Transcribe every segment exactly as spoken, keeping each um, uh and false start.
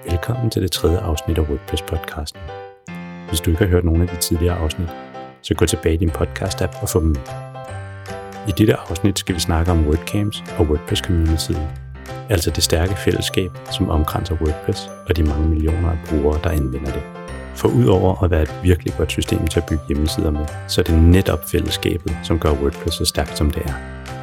Velkommen til det tredje afsnit af WordPress-podcasten. Hvis du ikke har hørt nogen af de tidligere afsnit, så gå tilbage i din podcast-app og få dem med. I dette afsnit skal vi snakke om WordCamps og WordPress-communityet, altså det stærke fællesskab, som omkranser WordPress og de mange millioner af brugere, der anvender det. For udover at være et virkelig godt system til at bygge hjemmesider med, så er det netop fællesskabet, som gør WordPress så stærkt, som det er.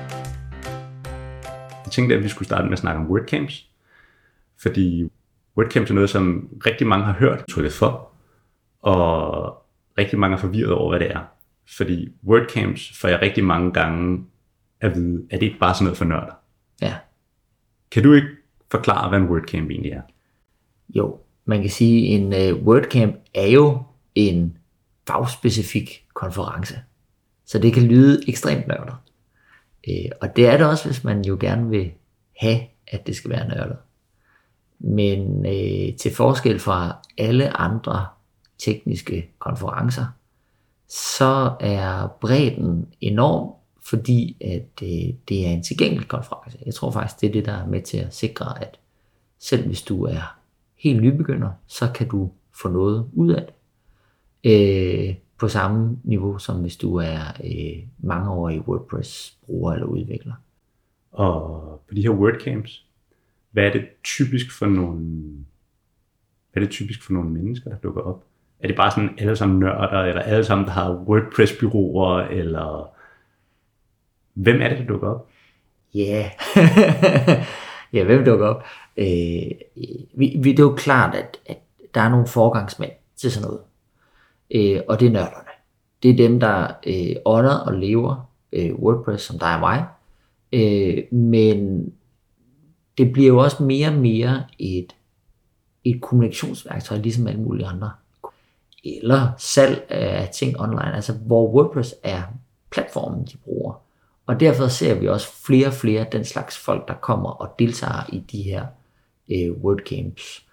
Jeg tænkte, at vi skulle starte med at snakke om WordCamps, fordi WordCamps er noget, som rigtig mange har hørt trykket for, og rigtig mange er forvirret over, hvad det er. Fordi WordCamps får jeg rigtig mange gange at vide, at det ikke bare er sådan noget for nørder. Ja. Kan du ikke forklare, hvad en WordCamp egentlig er? Jo, man kan sige, at en uh, WordCamp er jo en fagspecifik konference. Så det kan lyde ekstremt nørdet. Uh, og det er det også, hvis man jo gerne vil have, at det skal være nørdet. Men øh, til forskel fra alle andre tekniske konferencer, så er bredden enorm, fordi at øh, det er en tilgængelig konference. Jeg tror faktisk, det er det, der er med til at sikre, at selv hvis du er helt nybegynder, så kan du få noget ud af det. Øh, på samme niveau, som hvis du er øh, mangeårig WordPress-bruger eller udvikler. Og på de her WordCamps, hvad er det typisk for nogle, hvad er det typisk for nogle mennesker, der dukker op? Er det bare sådan alle sammen nørder, eller alle sammen, der har WordPress-bureauer, eller hvem er det, der dukker op? Ja, yeah. ja, hvem dukker op? Øh, vi, vi, det er jo klart, at, at der er nogle forgangsmænd til sådan noget, øh, og det er nørderne. Det er dem, der øh, ånder og lever øh, WordPress, som dig og mig, øh, men det bliver jo også mere og mere et, et kommunikationsværktøj, ligesom alle mulige andre. Eller salg af ting online, altså hvor WordPress er platformen, de bruger. Og derfor ser vi også flere og flere den slags folk, der kommer og deltager i de her øh, WordCamps.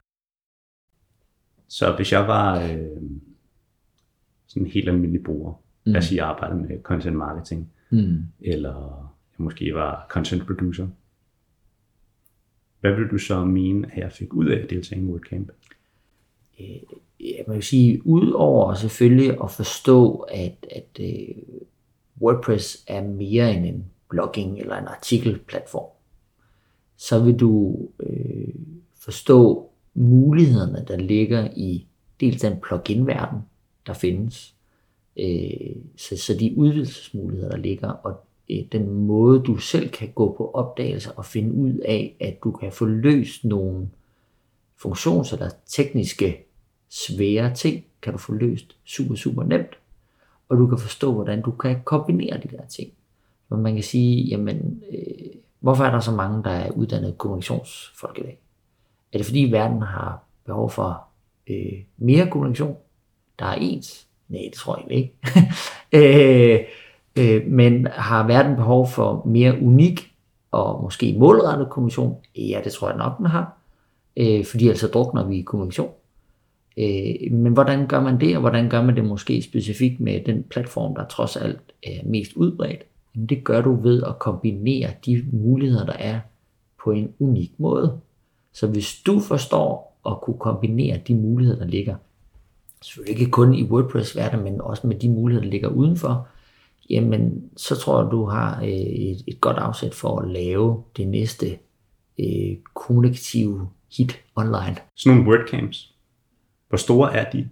Så hvis jeg var øh, sådan en helt almindelig bruger, mm. lad os sige, jeg arbejder med content marketing, mm. eller jeg måske var content producer, hvad vil du så mene, at jeg fik ud af at deltage i en WordCamp? Jeg må jo sige, udover selvfølgelig at forstå, at, at uh, WordPress er mere end en blogging eller en artikelplatform, så vil du uh, forstå mulighederne, der ligger i dels den plugin-verden, der findes, uh, så, så de udvidelsesmuligheder, der ligger, og den måde, du selv kan gå på opdagelser og finde ud af, at du kan få løst nogle funktions- eller tekniske svære ting, kan du få løst super, super nemt. Og du kan forstå, hvordan du kan kombinere de der ting. Så man kan sige, jamen, øh, hvorfor er der så mange, der er uddannede kommunikationsfolk i dag? Er det fordi verden har behov for øh, mere kommunikation, der er ens? Nej, det tror jeg ikke. øh, Men har verden behov for mere unik og måske målrettet kommunikation? Ja, det tror jeg nok, den har. Fordi altså drukner vi i kommunikation. Men hvordan gør man det, og hvordan gør man det måske specifikt med den platform, der trods alt er mest udbredt? Det gør du ved at kombinere de muligheder, der er på en unik måde. Så hvis du forstår at kunne kombinere de muligheder, der ligger, selvfølgelig ikke kun i WordPress-verdenen, men også med de muligheder, der ligger udenfor, jamen så tror jeg, du har et, et godt afsæt for at lave det næste øh, kommunikative hit online. Sådan nogle WordCamps, hvor store er de?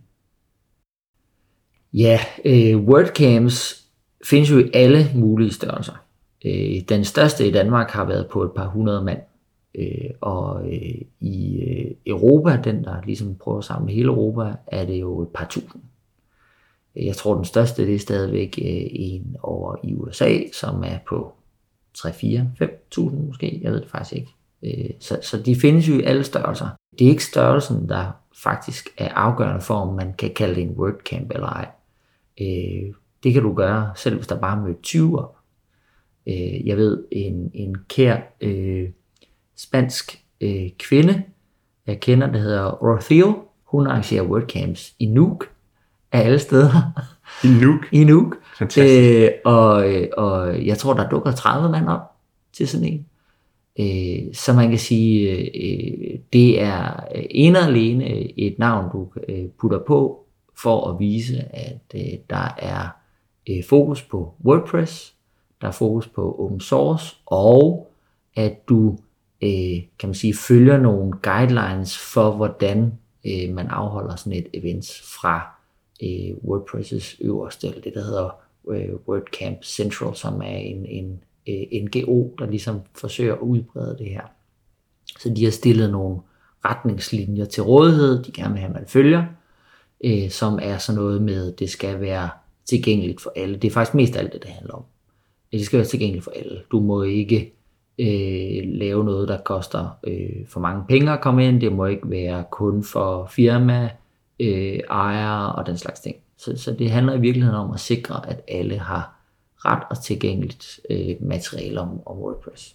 Ja, øh, WordCamps findes jo i alle mulige størrelser. Øh, den største i Danmark har været på et par hundrede mand, øh, og øh, i øh, Europa, den der ligesom prøver at samle hele Europa, er det jo et par tusind. Jeg tror, den største det er stadigvæk øh, en over i U S A, som er på tre, fire, fem tusind måske. Jeg ved det faktisk ikke. Øh, så, så de findes jo i alle størrelser. Det er ikke størrelsen, der faktisk er afgørende for, om man kan kalde det en WordCamp eller ej. Øh, det kan du gøre, selv hvis der bare møder tyve op. Øh, jeg ved, en, en kær øh, spansk øh, kvinde, jeg kender, der hedder Rocío, hun arrangerer WordCamps i Nuuk, af alle steder. I Nuuk? I Nuuk. Fantastisk. Øh, og, og jeg tror, der dukker tredive mand op til sådan en. Øh, så man kan sige, øh, det er en og alene et navn, du øh, putter på for at vise, at øh, der er øh, fokus på WordPress, der er fokus på open source, og at du øh, kan man sige, følger nogle guidelines for, hvordan øh, man afholder sådan et event fra øh, WordPress' øverste, eller det der hedder øh, WordCamp Central, som er en, en N G O, der ligesom forsøger at udbrede det her. Så de har stillet nogle retningslinjer til rådighed, de gerne vil have, at man følger, øh, som er sådan noget med, det skal være tilgængeligt for alle. Det er faktisk mest alt det, det handler om. Det skal være tilgængeligt for alle. Du må ikke øh, lave noget, der koster øh, for mange penge at komme ind. Det må ikke være kun for firma, øh, ejere og den slags ting. Så, så det handler i virkeligheden om at sikre, at alle har ret og tilgængeligt øh, materiale om, om WordPress.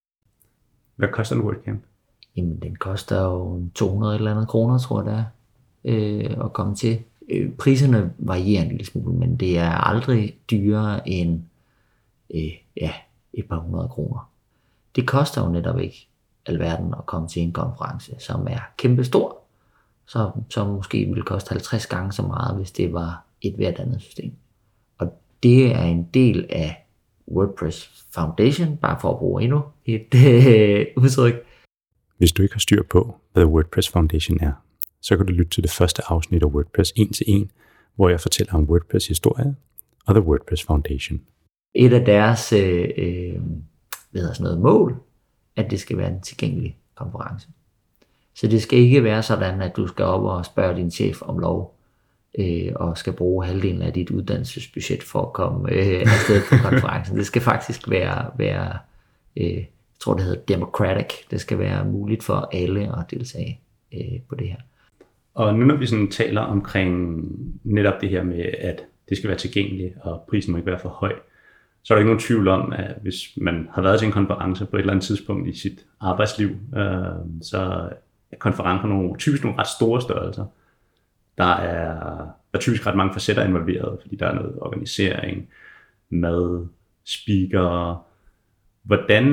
Hvad koster en WordCamp? Jamen, den koster jo to hundrede eller andet kroner, tror jeg det er, øh, at komme til. Øh, priserne varierer en lille smule, men det er aldrig dyrere end øh, ja, et par hundrede kroner. Det koster jo netop ikke alverden at komme til en konference, som er kæmpestor, så, som måske ville koste halvtreds gange så meget, hvis det var et hvert andet system. Og det er en del af WordPress Foundation, bare for at bruge endnu et øh, udtryk. Hvis du ikke har styr på, hvad WordPress Foundation er, så kan du lytte til det første afsnit af WordPress en til en, hvor jeg fortæller om WordPress historie og The WordPress Foundation. Et af deres øh, øh, hvad hedder sådan noget, mål, at det skal være en tilgængelig konference. Så det skal ikke være sådan, at du skal op og spørge din chef om lov, øh, og skal bruge halvdelen af dit uddannelsesbudget for at komme øh, afsted på konferencen. Det skal faktisk være, være øh, jeg tror det hedder democratic. Det skal være muligt for alle at deltage øh, på det her. Og nu når vi sådan taler omkring netop det her med, at det skal være tilgængeligt, og prisen må ikke være for høj, så er der ikke nogen tvivl om, at hvis man har været til en konference på et eller andet tidspunkt i sit arbejdsliv, øh, så er konferencer nogle, typisk nogle ret store størrelser. Der er, der er typisk ret mange facetter involveret, fordi der er noget organisering, mad, speakere. Hvordan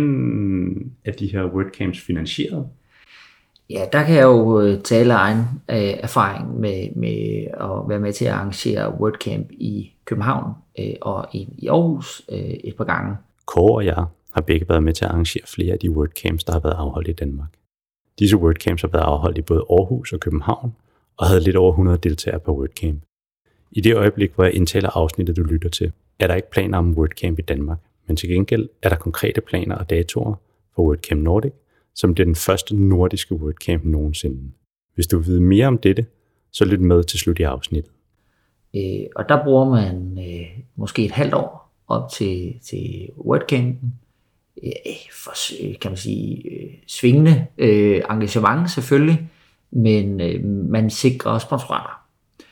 er de her WordCamps finansieret? Ja, der kan jeg jo tale egen øh, erfaring med, med at være med til at arrangere WordCamp i København øh, og i, i Aarhus øh, et par gange. Kåre og jeg har begge været med til at arrangere flere af de WordCamps, der har været afholdt i Danmark. Disse WordCamps har været afholdt i både Aarhus og København og havde lidt over hundrede deltagere på WordCamp. I det øjeblik, hvor jeg indtaler afsnittet, du lytter til, er der ikke planer om WordCamp i Danmark, men til gengæld er der konkrete planer og datoer for WordCamp Nordic, som bliver den første nordiske WordCamp nogensinde. Hvis du vil vide mere om dette, så lyt med til slut i afsnittet. Øh, og der bruger man øh, måske et halvt år op til, til WordCampen. Øh, for, kan man sige, øh, svingende øh, engagement selvfølgelig, men øh, man sikrer sponsorater.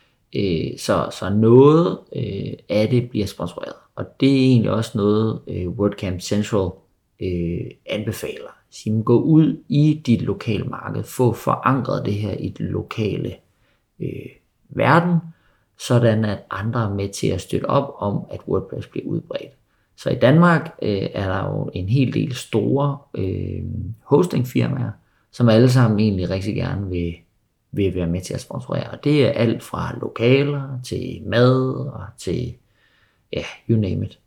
Øh, så, så noget øh, af det bliver sponsoreret. Og det er egentlig også noget, øh, WordCamp Central øh, anbefaler. Så gå ud i dit lokale marked, få forankret det her i den lokale øh, verden, sådan at andre er med til at støtte op om, at WordPress bliver udbredt. Så i Danmark øh, er der jo en hel del store øh, hostingfirmaer, som alle sammen egentlig rigtig gerne vil, vil være med til at sponsorere. Og det er alt fra lokaler til mad og til, ja, you name it.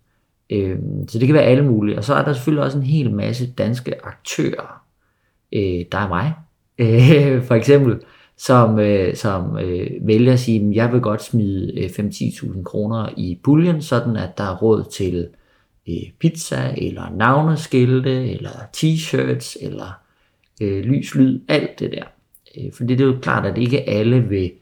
Så det kan være alle mulige. Og så er der selvfølgelig også en hel masse danske aktører. Der er mig, for eksempel, som, som vælger at sige, at jeg vil godt smide fem til ti tusind kroner i puljen, sådan at der er råd til pizza, eller navneskilte, eller t-shirts, eller lys, lyd, alt det der. For det er jo klart, at ikke alle vil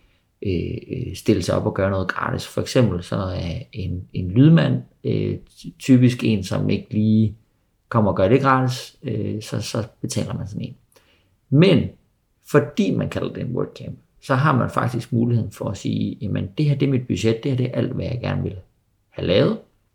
stille sig op og gøre noget gratis. For eksempel så er en, en lydmand øh, typisk en, som ikke lige kommer og gør det gratis, øh, så, så betaler man sådan en. Men fordi man kalder det en WordCamp, så har man faktisk muligheden for at sige, jamen det her det er mit budget, det her det er alt, hvad jeg gerne vil have lavet.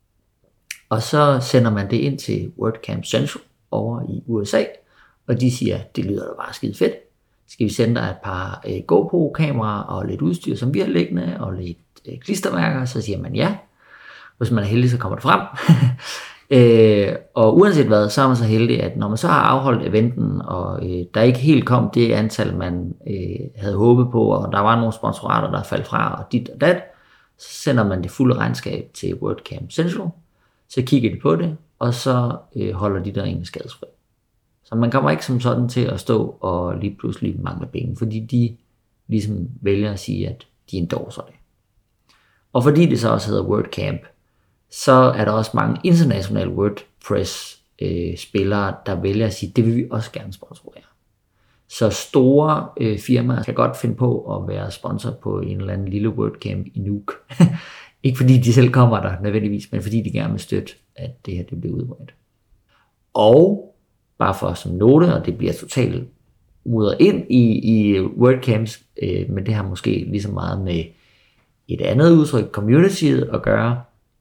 Og så sender man det ind til WordCamp Central over i U S A, og de siger, det lyder da bare skide fedt. Skal vi sende dig et par øh, GoPro-kameraer og lidt udstyr, som vi har liggende, og lidt øh, klistermærker, så siger man ja. Hvis man er heldig, så kommer det frem. Øh, og uanset hvad, så er man så heldig, at når man så har afholdt eventen, og øh, der ikke helt kom det antal, man øh, havde håbet på, og der var nogle sponsorater, der faldt fra, og dit og dat, så sender man det fulde regnskab til WordCamp Central, så kigger de på det, og så øh, holder de der egentlig skadesfri. Så man kommer ikke som sådan til at stå og lige pludselig mangle penge, fordi de ligesom vælger at sige, at de endorser det. Og fordi det så også hedder WordCamp, så er der også mange internationale WordPress-spillere, øh, der vælger at sige, det vil vi også gerne sponsorere. Så store øh, firmaer kan godt finde på at være sponsor på en eller anden lille WordCamp i Nuuk. Ikke fordi de selv kommer der nødvendigvis, men fordi de gerne vil støtte, at det her det bliver udbredt. Og bare for som note, og det bliver totalt mudret ind i, i WordCamps, øh, men det har måske lige så meget med et andet udtryk, communityet, at gøre,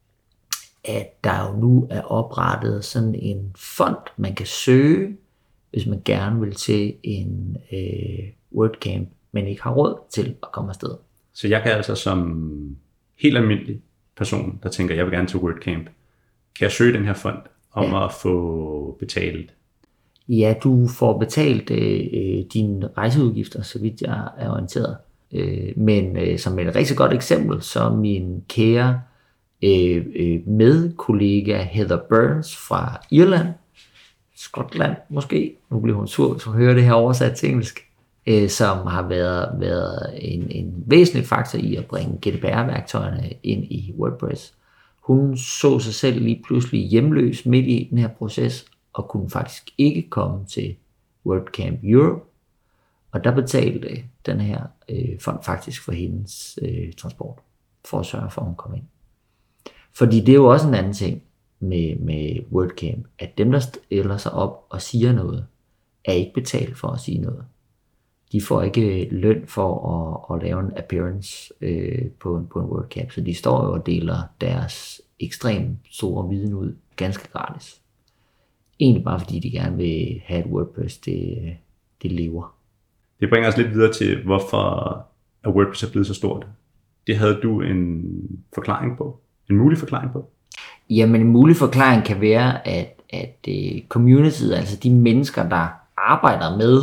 at der jo nu er oprettet sådan en fond, man kan søge, hvis man gerne vil til en øh, WordCamp, men ikke har råd til at komme afsted. Så jeg kan altså som helt almindelig person, der tænker, jeg vil gerne til WordCamp, kan jeg søge den her fond om ja. at få betalt? Ja, du får betalt øh, dine rejseudgifter, så vidt jeg er orienteret. Øh, men øh, som et rigtig godt eksempel, så min kære øh, øh, medkollega Heather Burns fra Irland, Skotland måske, nu bliver hun sur, hvis hun hører det her oversat til engelsk, øh, som har været, været en, en væsentlig faktor i at bringe G D P R-værktøjerne ind i WordPress. Hun så sig selv lige pludselig hjemløs midt i den her proces, og kunne faktisk ikke komme til WordCamp Europe, og der betalte den her øh, fond faktisk for hendes øh, transport, for at sørge for, at hun kom ind. Fordi det er jo også en anden ting med, med WordCamp, at dem, der stiller sig op og siger noget, er ikke betalt for at sige noget. De får ikke løn for at, at lave en appearance øh, på, en, på en WordCamp, så de står jo og deler deres ekstremt store viden ud ganske gratis. Egentlig bare fordi de gerne vil have et WordPress, det, det lever. Det bringer os lidt videre til, hvorfor at WordPress er blevet så stort. Det havde du en forklaring på? En mulig forklaring på? Jamen en mulig forklaring kan være, at, at communityet, altså de mennesker, der arbejder med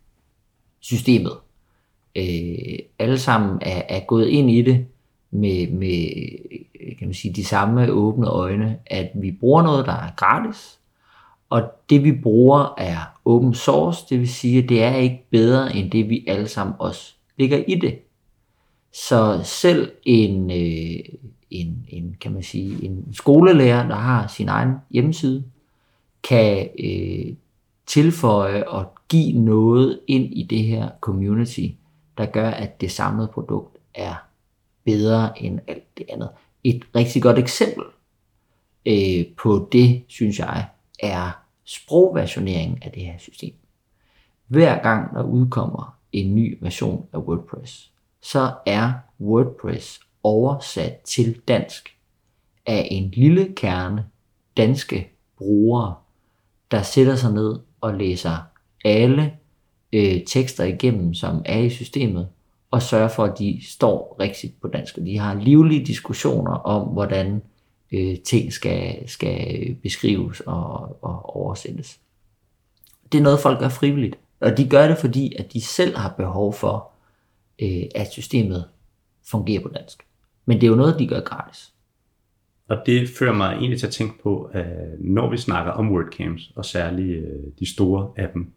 systemet, øh, alle sammen er, er gået ind i det med, med kan man sige, de samme åbne øjne, at vi bruger noget, der er gratis, og det vi bruger er open source, det vil sige, at det er ikke bedre end det vi alle sammen også ligger i det. Så selv en, øh, en, en, kan man sige, en skolelærer, der har sin egen hjemmeside, kan øh, tilføje og give noget ind i det her community, der gør, at det samlede produkt er bedre end alt det andet. Et rigtig godt eksempel øh, på det, synes jeg, er sprogversionering af det her system. Hver gang der udkommer en ny version af WordPress, så er WordPress oversat til dansk af en lille kerne danske brugere, der sætter sig ned og læser alle øh, tekster igennem, som er i systemet, og sørger for, at de står rigtigt på dansk. Og de har livlige diskussioner om, hvordan øh, ting skal, skal beskrives og, og oversættes. Det er noget, folk gør frivilligt. Og de gør det, fordi at de selv har behov for, øh, at systemet fungerer på dansk. Men det er jo noget, de gør gratis. Og det fører mig egentlig til at tænke på, at når vi snakker om WordCamps, og særligt de store af dem,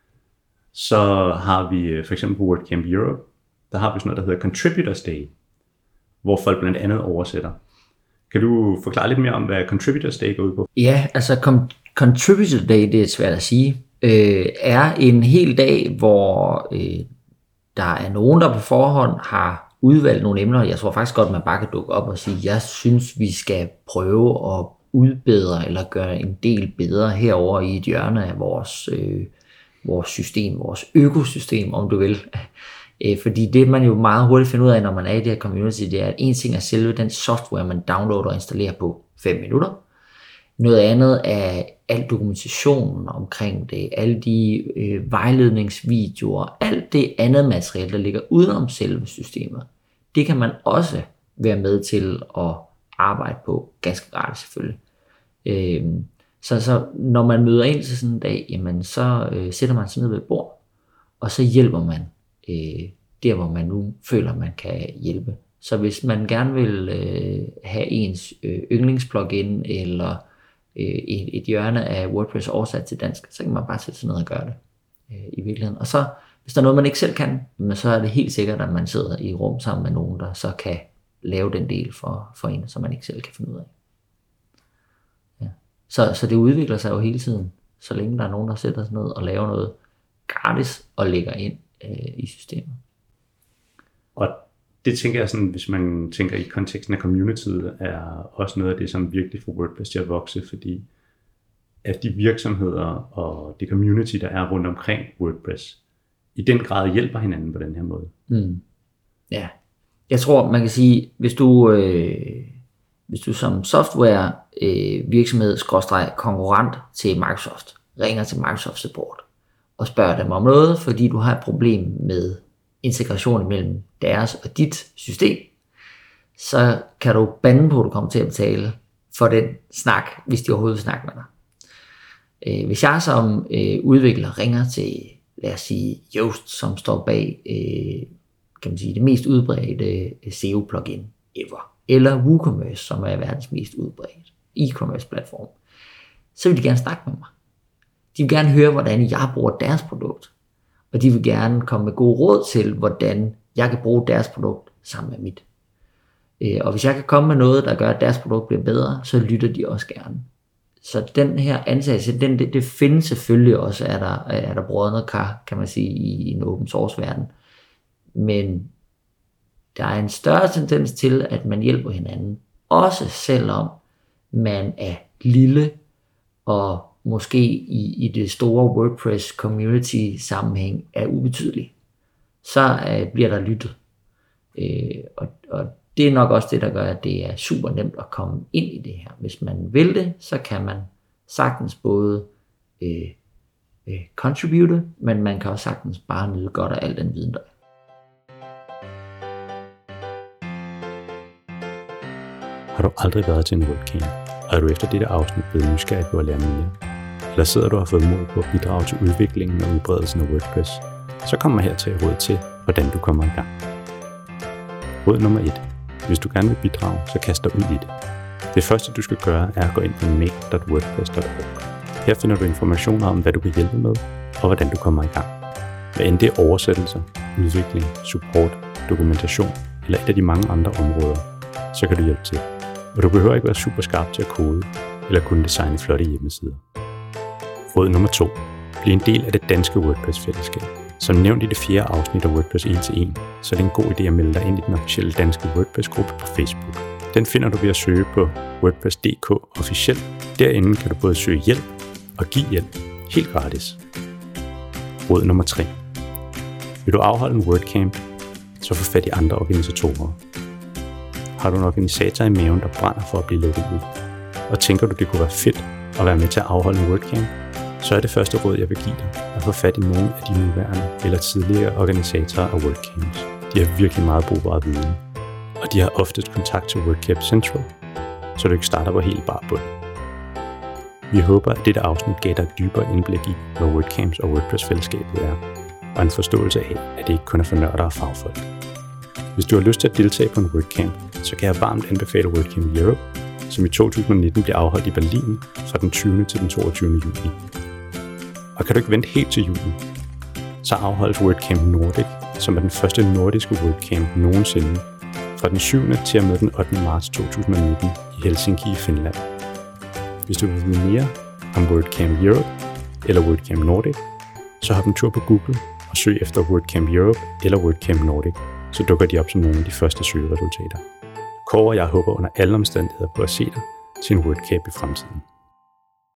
så har vi for eksempel på WordCamp Europe, der har vi sådan noget, der hedder Contributors Day, hvor folk blandt andet oversætter. Kan du forklare lidt mere om, hvad Contributors Day går ud på? Ja, altså com- Contributor Day, det er svært at sige, øh, er en hel dag, hvor øh, der er nogen, der på forhånd har udvalgt nogle emner. Jeg tror faktisk godt, man bare kan dukke op og sige, jeg synes, vi skal prøve at udbedre eller gøre en del bedre herover i et hjørne af vores, øh, vores system, vores økosystem, om du vil. Fordi det man jo meget hurtigt finder ud af, når man er i det her community, det er, at en ting er selve den software, man downloader og installerer på fem minutter. Noget andet er al dokumentationen omkring det, alle de øh, vejledningsvideoer, alt det andet materiale, der ligger udenom selve systemet. Det kan man også være med til at arbejde på, ganske gratis selvfølgelig. Øh, så, så når man møder ind til sådan en dag, jamen så øh, sætter man sig ned ved et bord, og så hjælper man øh, der, hvor man nu føler, man kan hjælpe. Så hvis man gerne vil øh, have ens øh, yndlingsplugin eller øh, et, et hjørne af WordPress oversat til dansk, så kan man bare sætte sig ned og gøre det øh, i virkeligheden. Og så, hvis der er noget, man ikke selv kan, men så er det helt sikkert, at man sidder i et rum sammen med nogen, der så kan lave den del for, for en, som man ikke selv kan finde ud af. Ja. Så, så det udvikler sig jo hele tiden, så længe der er nogen, der sætter sig ned og laver noget gratis og lægger ind øh, i systemet. Og det tænker jeg sådan, hvis man tænker i konteksten af communityet, er også noget af det, som virkelig får WordPress til at vokse, fordi at de virksomheder og det community, der er rundt omkring WordPress, i den grad hjælper hinanden på den her måde. Mm. Ja, jeg tror, man kan sige, hvis du, øh, hvis du som software øh, virksomhed, skråstreg konkurrent til Microsoft, ringer til Microsoft Support og spørger dem om noget, fordi du har et problem med integration mellem deres og dit system, så kan du bande på, at du kommer til at betale for den snak, hvis de overhovedet vil snakke med dig. Hvis jeg som udvikler ringer til, lad os sige, Yoast, som står bag, kan man sige, det mest udbredte S E O-plugin ever, eller WooCommerce, som er verdens mest udbredte e-commerce platform, så vil de gerne snakke med mig. De vil gerne høre, hvordan jeg bruger deres produkt. Og de vil gerne komme med gode råd til, hvordan jeg kan bruge deres produkt sammen med mit. Og hvis jeg kan komme med noget, der gør, at deres produkt bliver bedre, så lytter de også gerne. Så den her antagelse, den, det, det findes selvfølgelig også, er der, er der brødrene kar, kan man sige, i en open source verden. Men der er en større tendens til, at man hjælper hinanden, også selvom man er lille og måske i, i det store WordPress community sammenhæng er ubetydelig, så øh, bliver der lyttet. Øh, og, og det er nok også det, der gør, at det er super nemt at komme ind i det her. Hvis man vil det, så kan man sagtens både øh, øh, contribute, men man kan også sagtens bare nyde godt af al den viden, der er. Har du aldrig været til en WordCamp, og er du efter dette afsnit blevet nysgerrig på at lære mere? Eller sidder du og har fået mod på at bidrage til udviklingen og udbredelsen af WordPress, så kommer her til råd til, hvordan du kommer i gang. Råd nummer et. Hvis du gerne vil bidrage, så kast dig ud i det. Det første du skal gøre er at gå ind på make punktum wordpress punktum org. Her finder du informationer om, hvad du kan hjælpe med, og hvordan du kommer i gang. Hvad end det er oversættelser, udvikling, support, dokumentation eller et af de mange andre områder, så kan du hjælpe til. Og du behøver ikke være super skarp til at kode, eller kunne designe flotte hjemmesider. Råd nummer to. Bliv en del af det danske WordPress-fællesskab. Som nævnt i det fjerde afsnit af WordPress en til en, så er det en god idé at melde dig ind i den officielle danske WordPress-gruppe på Facebook. Den finder du ved at søge på WordPress punktum d k officielt. Derinde kan du både søge hjælp og give hjælp. Helt gratis. Råd nummer tre. Vil du afholde en WordCamp, så få fat i andre organisatorer. Har du en organisator i maven, der brænder for at blive lukket ud, og tænker du, det kunne være fedt at være med til at afholde en WordCamp, så er det første råd, jeg vil give dig, at få fat i nogle af de nuværende eller tidligere organisatorer af WordCamps. De har virkelig meget brugbar viden, og de har oftest kontakt til WordCamp Central, så du ikke starter på helt bar bund. Vi håber, at dette afsnit gav dig et dybere indblik i, hvad WordCamps og WordPress-fællesskabet er, og en forståelse af, at det ikke kun er for nørder og fagfolk. Hvis du har lyst til at deltage på en WordCamp, så kan jeg varmt anbefale WordCamp Europe, som i to tusind nitten bliver afholdt i Berlin fra den tyvende til den toogtyvende juli. Og kan du ikke vente helt til juli, så afholdes WordCamp Nordic, som er den første nordiske WordCamp nogensinde, fra den syvende til og med den ottende marts to tusind nitten i Helsinki i Finland. Hvis du vil vide mere om WordCamp Europe eller WordCamp Nordic, så hop en tur på Google og søg efter WordCamp Europe eller WordCamp Nordic, så dukker de op som nogle af de første søgeresultater. Kåre og jeg håber under alle omstændigheder på at se dig til en WordCamp i fremtiden.